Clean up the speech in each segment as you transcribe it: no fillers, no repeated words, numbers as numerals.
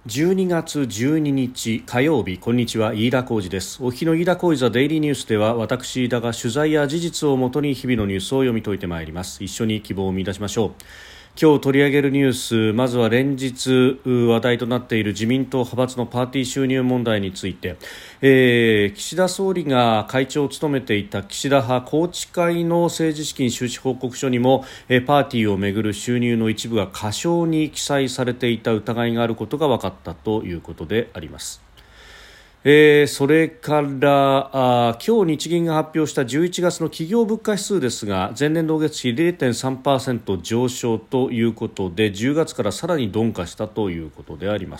12月12日火曜日、こんにちは、飯田浩司です。お聞きの飯田浩司ザデイリーニュースでは、私飯田が取材や事実をもとに日々のニュースを読み解いてまいります。一緒に希望を見出しましょう。今日取り上げるニュース、まずは連日話題となっている自民党派閥のパーティー収入問題について、岸田総理が会長を務めていた岸田派宏池会の政治資金収支報告書にも、パーティーをめぐる収入の一部が過少に記載されていた疑いがあることが分かったということであります。それから今日日銀が発表した11月の企業物価指数ですが、前年同月比 0.3% 上昇ということで、10月からさらに鈍化したということであります。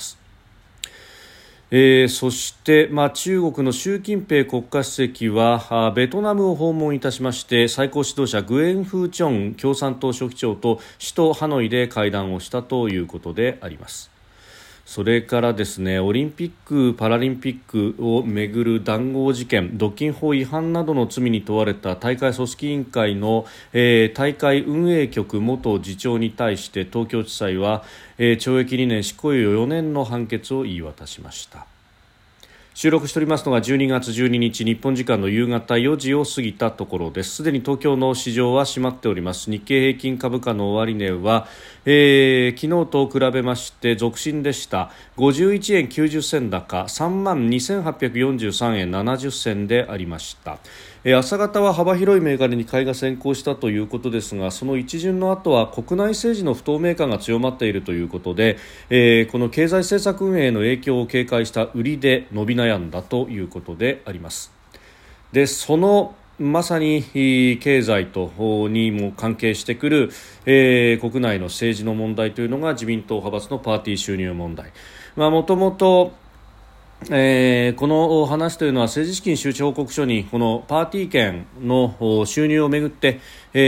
そして、中国の習近平国家主席はベトナムを訪問いたしまして、最高指導者グエン・フー・チョン共産党書記長と首都ハノイで会談をしたということであります。それからですね、オリンピック・パラリンピックをめぐる談合事件、独禁法違反などの罪に問われた大会組織委員会の、大会運営局元次長に対して東京地裁は、懲役2年執行猶予4年の判決を言い渡しました。収録しておりますのが12月12日日本時間の夕方4時を過ぎたところです。すでに東京の市場は閉まっております。日経平均株価の終値は、昨日と比べまして続伸でした。51円90銭高 32,843 円70銭でありました。朝方は幅広い銘柄に買いが先行したということですが、その一巡の後は国内政治の不透明感が強まっているということで、この経済政策運営への影響を警戒した売りで伸び悩んだということであります。で、そのまさに経済とにも関係してくる、国内の政治の問題というのが自民党派閥のパーティー収入問題。もともとこの話というのは政治資金収支報告書にこのパーティー券の収入をめぐって、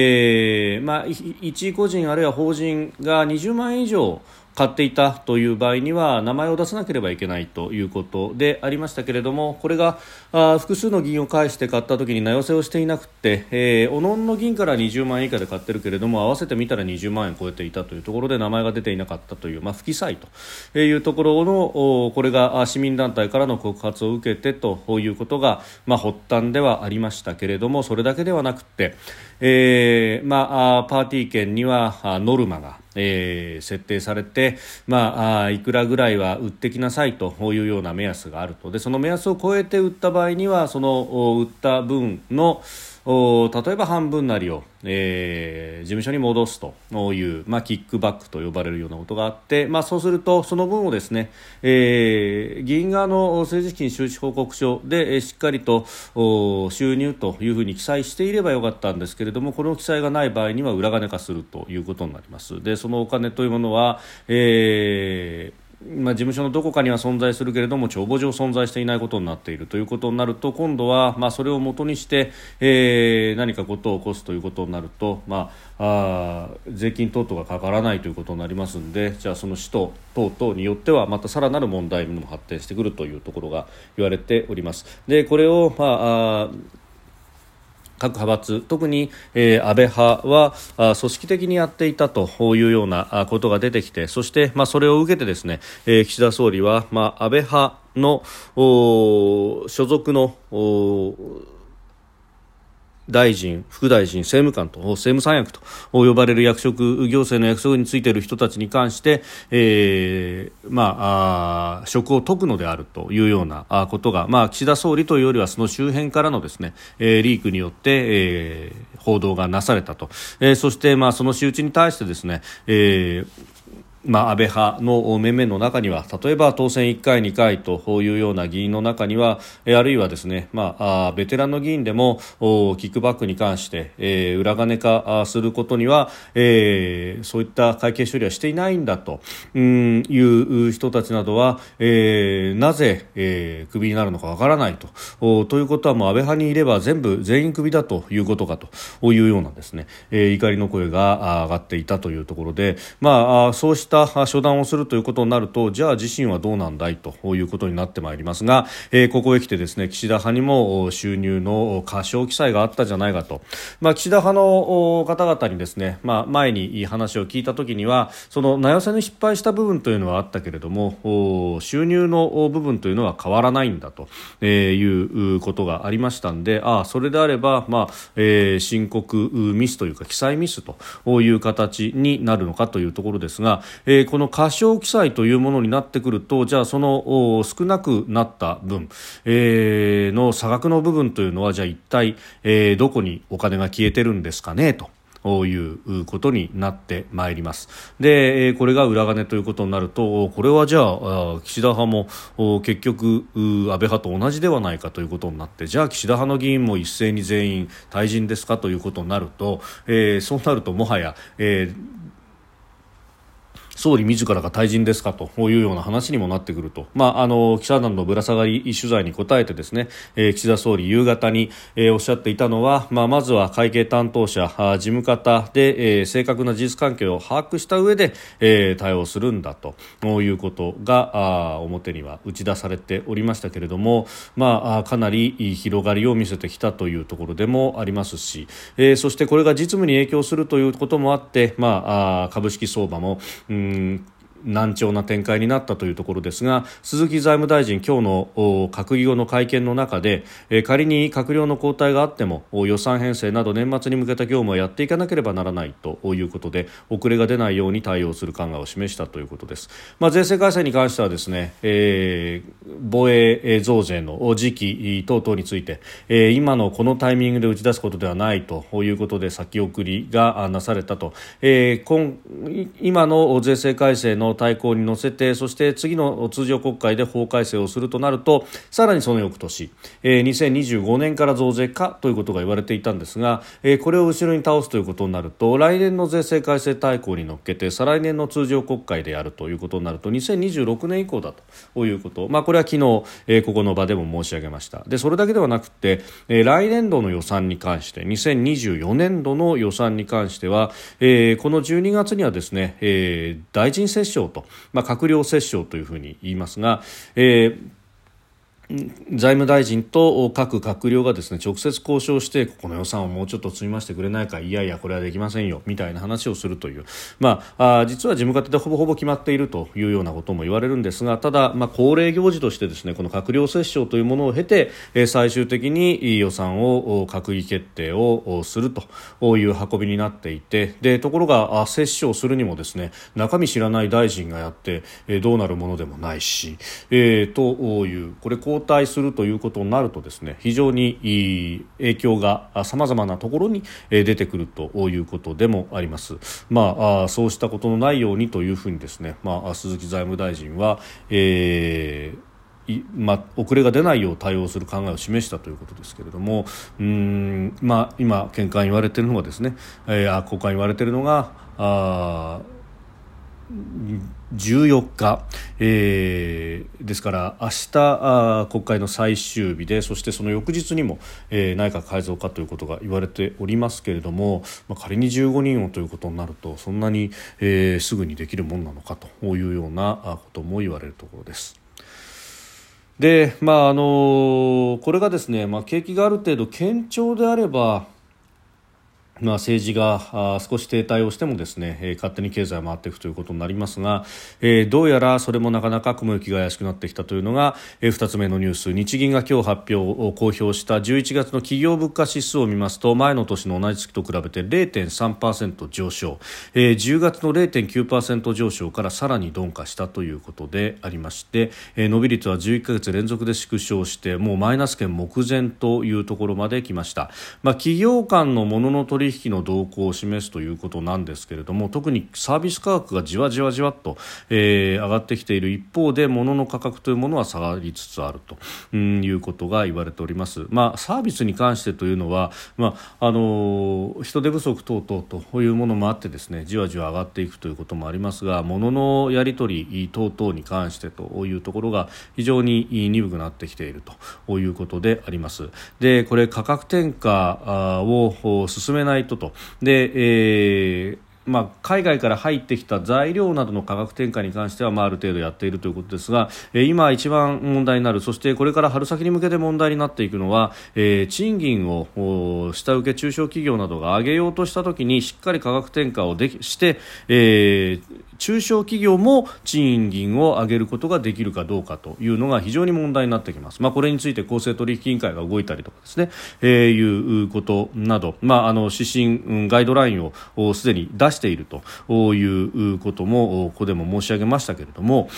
一個人あるいは法人が20万円以上買っていたという場合には名前を出さなければいけないということでありましたけれども、これが複数の銀を介して買った時に名寄せをしていなくて、おのんの銀から20万円以下で買ってるけれども合わせてみたら20万円超えていたというところで名前が出ていなかったという、不記載というところのこれが市民団体からの告発を受けてということが、発端ではありましたけれども、それだけではなくて、パーティー券にはノルマが設定されて、いくらぐらいは売ってきなさいというような目安があると。で、その目安を超えて売った場合にはその売った分の例えば半分なりを、事務所に戻すという、キックバックと呼ばれるようなことがあって、そうするとその分をですね、議員側の政治資金収支報告書で、しっかりと収入というふうに記載していればよかったんですけれども、この記載がない場合には裏金化するということになります。で、そのお金というものは、事務所のどこかには存在するけれども帳簿上存在していないことになっているということになると、今度はそれを元にして、何かことを起こすということになると、税金等々がかからないということになりますので、じゃあその使途等々によってはまたさらなる問題にも発展してくるというところが言われております。で、これを各派閥、特に、安倍派は組織的にやっていたというようなことが出てきて、そして、それを受けてですね、岸田総理は、安倍派の所属の大臣、副大臣、政務官と政務三役と呼ばれる役職、行政の役職についている人たちに関して、職を解くのであるというようなことが、岸田総理というよりはその周辺からのですね、リークによって、報道がなされたと。そして、その仕打ちに対してですね、安倍派の面々の中には、例えば当選1回2回というような議員の中には、あるいはですね、ベテランの議員でもキックバックに関して、裏金化することには、そういった会計処理はしていないんだという人たちなどは、なぜ、クビになるのかわからないということは、もう安倍派にいれば全員クビだということかというようなですね、怒りの声が上がっていたというところで、そうしした処断をするということになると、じゃあ自身はどうなんだいということになってまいりますが、ここへ来てですね、岸田派にも収入の過少記載があったじゃないかと、岸田派の方々にですね、前に話を聞いた時には、その名寄せに失敗した部分というのはあったけれども、収入の部分というのは変わらないんだということがありましたんで、それであれば、申告ミスというか記載ミスという形になるのかというところですが、この過少記載というものになってくると、じゃあその少なくなった分、の差額の部分というのは、じゃあ一体、どこにお金が消えてるんですかねということになってまいります。で、これが裏金ということになると、これはじゃあ岸田派も結局安倍派と同じではないかということになって、じゃあ岸田派の議員も一斉に全員退陣ですかということになると、そうなるともはや、総理自らが退陣ですかというような話にもなってくると、記者団のぶら下がり取材に答えてですね、岸田総理夕方に、おっしゃっていたのは、まずは会計担当者事務方で、正確な事実関係を把握した上で、対応するんだということが表には打ち出されておりましたけれども、かなり広がりを見せてきたというところでもありますし、そしてこれが実務に影響するということもあって、株式相場も難聴な展開になったというところですが、鈴木財務大臣、今日の閣議後の会見の中で、仮に閣僚の交代があっても予算編成など年末に向けた業務をやっていかなければならないということで、遅れが出ないように対応する考えを示したということです。税制改正に関してはですね、防衛増税の時期等々について、今のこのタイミングで打ち出すことではないということで先送りがなされたと、今の税制改正の大綱に乗せて、そして次の通常国会で法改正をするとなると、さらにその翌年、2025年から増税かということが言われていたんですが、これを後ろに倒すということになると、来年の税制改正大綱に乗っけて再来年の通常国会でやるということになると、2026年以降だということ、これは昨日、ここの場でも申し上げました。で、それだけではなくて、来年度の予算に関して、2024年度の予算に関しては、この12月にはですね、大臣折衝と、閣僚折衝というふうに言いますが、財務大臣と各閣僚がですね、直接交渉して、この予算をもうちょっと積み増してくれないか、いやいやこれはできませんよみたいな話をするという、実は事務方でほぼほぼ決まっているというようなことも言われるんですが、ただ、恒例行事としてですね、この閣僚折衝というものを経て、最終的に予算を閣議決定をするという運びになっていて、でところが折衝するにもですね、中身知らない大臣がやってどうなるものでもないし、というこれ交代するということになるとですね、非常に影響が様々なところに出てくるということでもあります。そうしたことのないようにというふうにですね、鈴木財務大臣は、遅れが出ないよう対応する考えを示したということですけれども、今見解言われているのがですね、国会言われているのが14日、ですから明日国会の最終日で、そしてその翌日にも、内閣改造かということが言われておりますけれども、仮に15人をということになると、そんなに、すぐにできるものなのかというようなことも言われるところです。で、これがですね、景気がある程度堅調であれば、政治が少し停滞をしてもですね、勝手に経済が回っていくということになりますが、どうやらそれもなかなか雲行きが怪しくなってきたというのが、2つ目のニュース、日銀が今日発表を公表した11月の企業物価指数を見ますと、前の年の同じ月と比べて 0.3% 上昇、10月の 0.9% 上昇からさらに鈍化したということでありまして、伸び率は11ヶ月連続で縮小して、もうマイナス圏目前というところまで来ました。企業間のものの取引の動向を示すということなんですけれども、特にサービス価格がじわじわと、上がってきている一方で、物の価格というものは下がりつつあるということが言われております。サービスに関してというのは、人手不足等々というものもあってですね、じわじわ上がっていくということもありますが、物のやり取り等々に関してというところが非常に鈍くなってきているということであります。で、これ価格転嫁を進めないとで、 海外から入ってきた材料などの価格転嫁に関しては、ある程度やっているということですが、今一番問題になる、そしてこれから春先に向けて問題になっていくのは、賃金を下請け中小企業などが上げようとしたときにしっかり価格転嫁をして、中小企業も賃金を上げることができるかどうかというのが非常に問題になってきます。これについて公正取引委員会が動いたりとかですね、いうことなど、指針、ガイドラインをすでに出しているということもここでも申し上げましたけれども、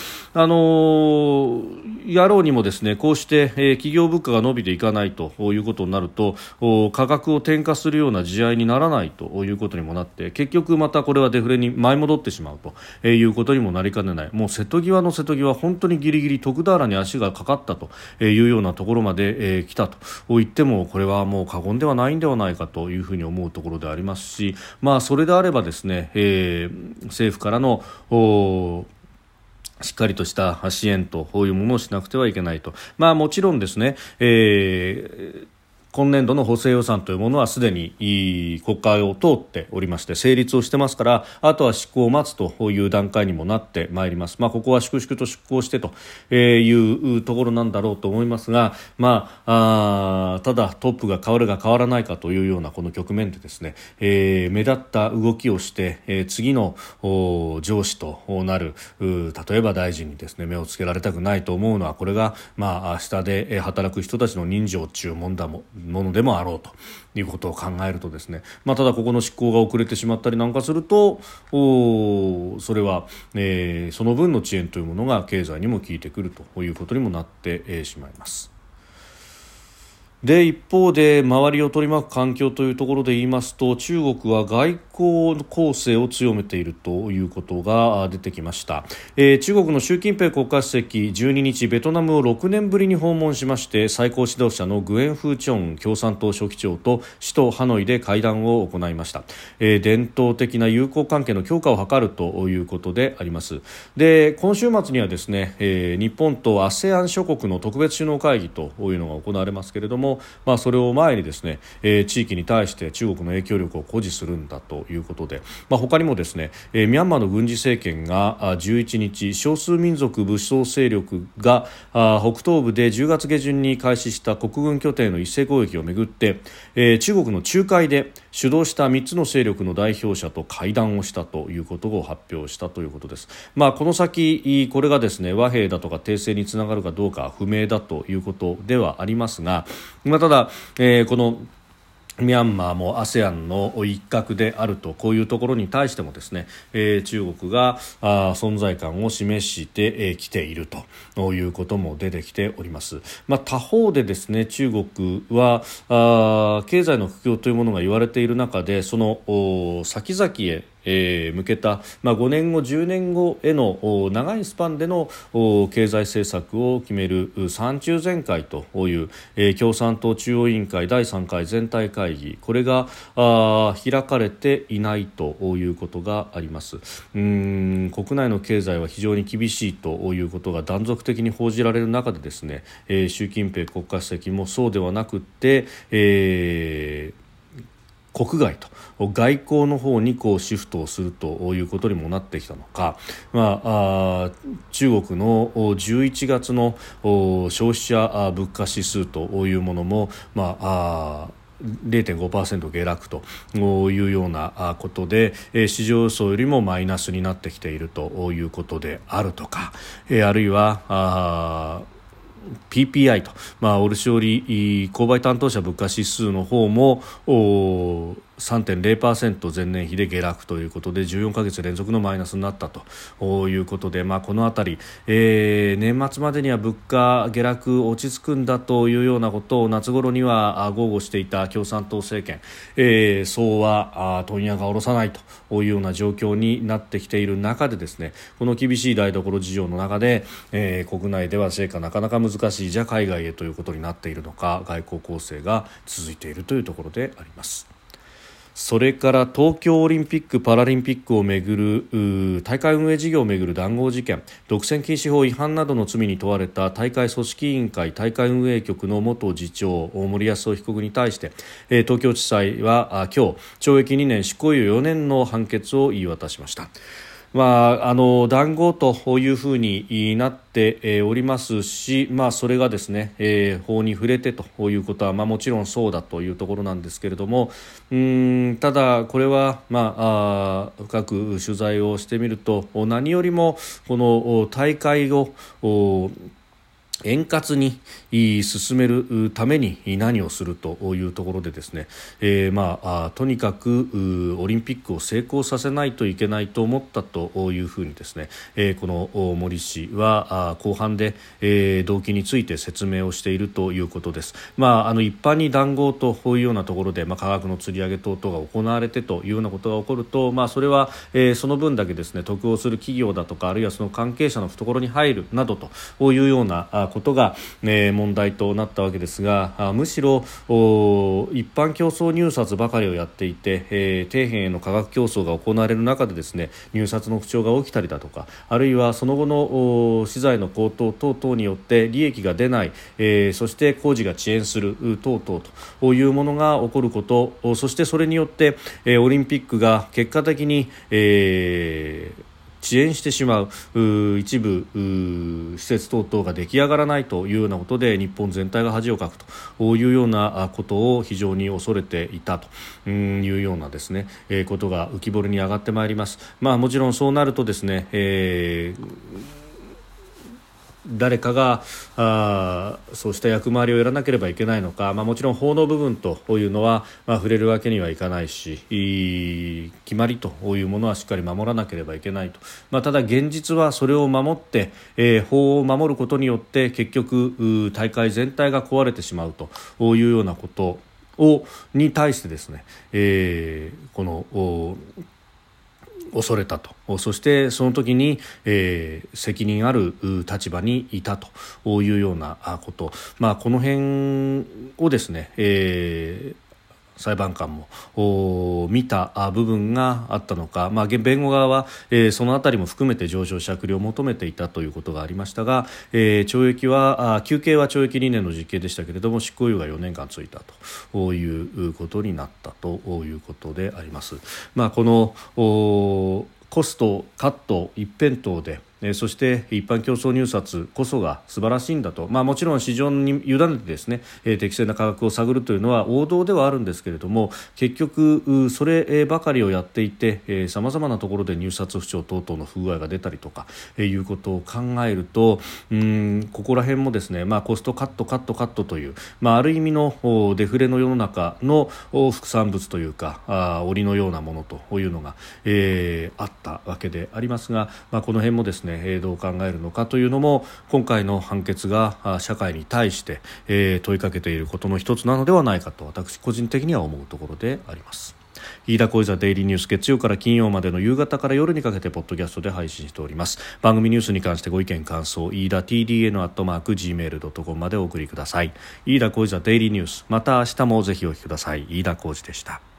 やろうにもですね、こうして企業物価が伸びていかないということになると、価格を転嫁するような試合にならないということにもなって、結局またこれはデフレに舞い戻ってしまうということにもなりかねない。もう瀬戸際の瀬戸際、本当にギリギリ徳俵に足がかかったというようなところまで来たと言ってもこれはもう過言ではないんではないかというふうに思うところでありますし、それであればですね、政府からのしっかりとした支援というものをしなくてはいけないと。もちろんですね、今年度の補正予算というものはすでに国会を通っておりまして成立をしてますから、あとは執行を待つという段階にもなってまいります。ここは粛々と執行してというところなんだろうと思いますが、ただトップが変わるか変わらないかというようなこの局面でですね、目立った動きをして、次の上司となる例えば大臣にですね目をつけられたくないと思うのは、これが下で働く人たちの人情というものでもあろうということを考えるとですね、ただここの執行が遅れてしまったりなんかすると、それは、その分の遅延というものが経済にも効いてくるということにもなって、しまいます。で一方で周りを取り巻く環境というところで言いますと、中国は外交攻勢を強めているということが出てきました。中国の習近平国家主席12日ベトナムを6年ぶりに訪問しまして、最高指導者のグエン・フー・チョン共産党書記長と首都ハノイで会談を行いました。伝統的な友好関係の強化を図るということであります。で今週末にはですね、日本と ASEAN 諸国の特別首脳会議というのが行われますけれども、それを前にですね、地域に対して中国の影響力を誇示するんだということで、他にもですね、ミャンマーの軍事政権が11日少数民族武装勢力が北東部で10月下旬に開始した国軍拠点への一斉攻撃をめぐって、中国の仲介で主導した3つの勢力の代表者と会談をしたということを発表したということです。この先これがですね和平だとか停戦につながるかどうかは不明だということではありますが、ただ、このミャンマーも ASEAN の一角であると、こういうところに対してもですね、中国が存在感を示してきているということも出てきております。他方でですね、中国は経済の苦境というものが言われている中で、その先々へ向けた、5年後10年後への長いスパンでの経済政策を決める三中全会という、共産党中央委員会第3回全体会議、これが開かれていないということがあります。国内の経済は非常に厳しいということが断続的に報じられる中でですね、習近平国家主席もそうではなくって、国外と外交の方にシフトをするということにもなってきたのか、中国の11月の消費者物価指数というものも0.5% 下落というようなことで、市場予想よりもマイナスになってきているということであるとか、あるいはPPI と、卸売購買担当者物価指数の方も3.0% 前年比で下落ということで14ヶ月連続のマイナスになったということで、このあたり、年末までには物価下落落ち着くんだというようなことを夏頃には豪語していた共産党政権、そうは問屋が下ろさないというような状況になってきている中でですね、この厳しい台所事情の中で、国内では成果なかなか難しい、じゃあ海外へということになっているのか、外交攻勢が続いているというところであります。 それから東京オリンピック・パラリンピックをめぐる大会運営事業をめぐる談合事件、独占禁止法違反などの罪に問われた大会組織委員会大会運営局の元次長森保夫被告に対して、東京地裁は今日懲役2年執行猶予4年の判決を言い渡しました。談合というふうになっておりますし、それがですね、法に触れてということは、もちろんそうだというところなんですけれども、ただこれは、深く取材をしてみると、何よりもこの大会を円滑に進めるために何をするというところでですね、とにかくオリンピックを成功させないといけないと思ったというふうにですね、この森氏は後半で動機について説明をしているということです。一般に談合というようなところで、価格の釣り上げ等々が行われてというようなことが起こると、それはその分だけですね、得をする企業だとか、あるいはその関係者の懐に入るなどというようなことが、問題となったわけですが、むしろ一般競争入札ばかりをやっていて、底辺への価格競争が行われる中でですね、入札の不調が起きたりだとか、あるいはその後の資材の高騰等々によって利益が出ない、そして工事が遅延する等々というものが起こること、そしてそれによってオリンピックが結果的に遅延してしまう一部施設等々が出来上がらないというようなことで、日本全体が恥をかくというようなことを非常に恐れていたというようなですね、ことが浮き彫りに上がってまいります。もちろんそうなるとですね、誰かがそうした役回りをやらなければいけないのか、もちろん法の部分というのは、触れるわけにはいかないし、決まりというものはしっかり守らなければいけないと、ただ現実はそれを守って、法を守ることによって結局大会全体が壊れてしまうというようなことに対してですね、この恐れたと、そしてその時に、責任ある立場にいたというようなこと、この辺をですね、裁判官も見た部分があったのか、弁護側は、そのあたりも含めて情状酌量を求めていたということがありましたが、懲役は求刑は懲役2年の実刑でしたけれども、執行猶予が4年間ついたということになったということであります。このコストカット一辺倒で、そして一般競争入札こそが素晴らしいんだと、もちろん市場に委ねてですね、適正な価格を探るというのは王道ではあるんですけれども、結局そればかりをやっていて、様々なところで入札不調等々の不具合が出たりとかいうことを考えると、ここら辺もですね、コストカットという、ある意味のデフレの世の中の副産物というか、檻のようなものというのが、あったわけでありますが、この辺もですね、どう考えるのかというのも今回の判決が社会に対して、問いかけていることの一つなのではないかと、私個人的には思うところであります。飯田浩司ザデイリーニュース、月曜から金曜までの夕方から夜にかけてポッドキャストで配信しております。番組ニュースに関してご意見感想、飯田 TDN@gmail.com までお送りください。飯田浩司ザデイリーニュース、また明日もぜひお聞きください。飯田浩司でした。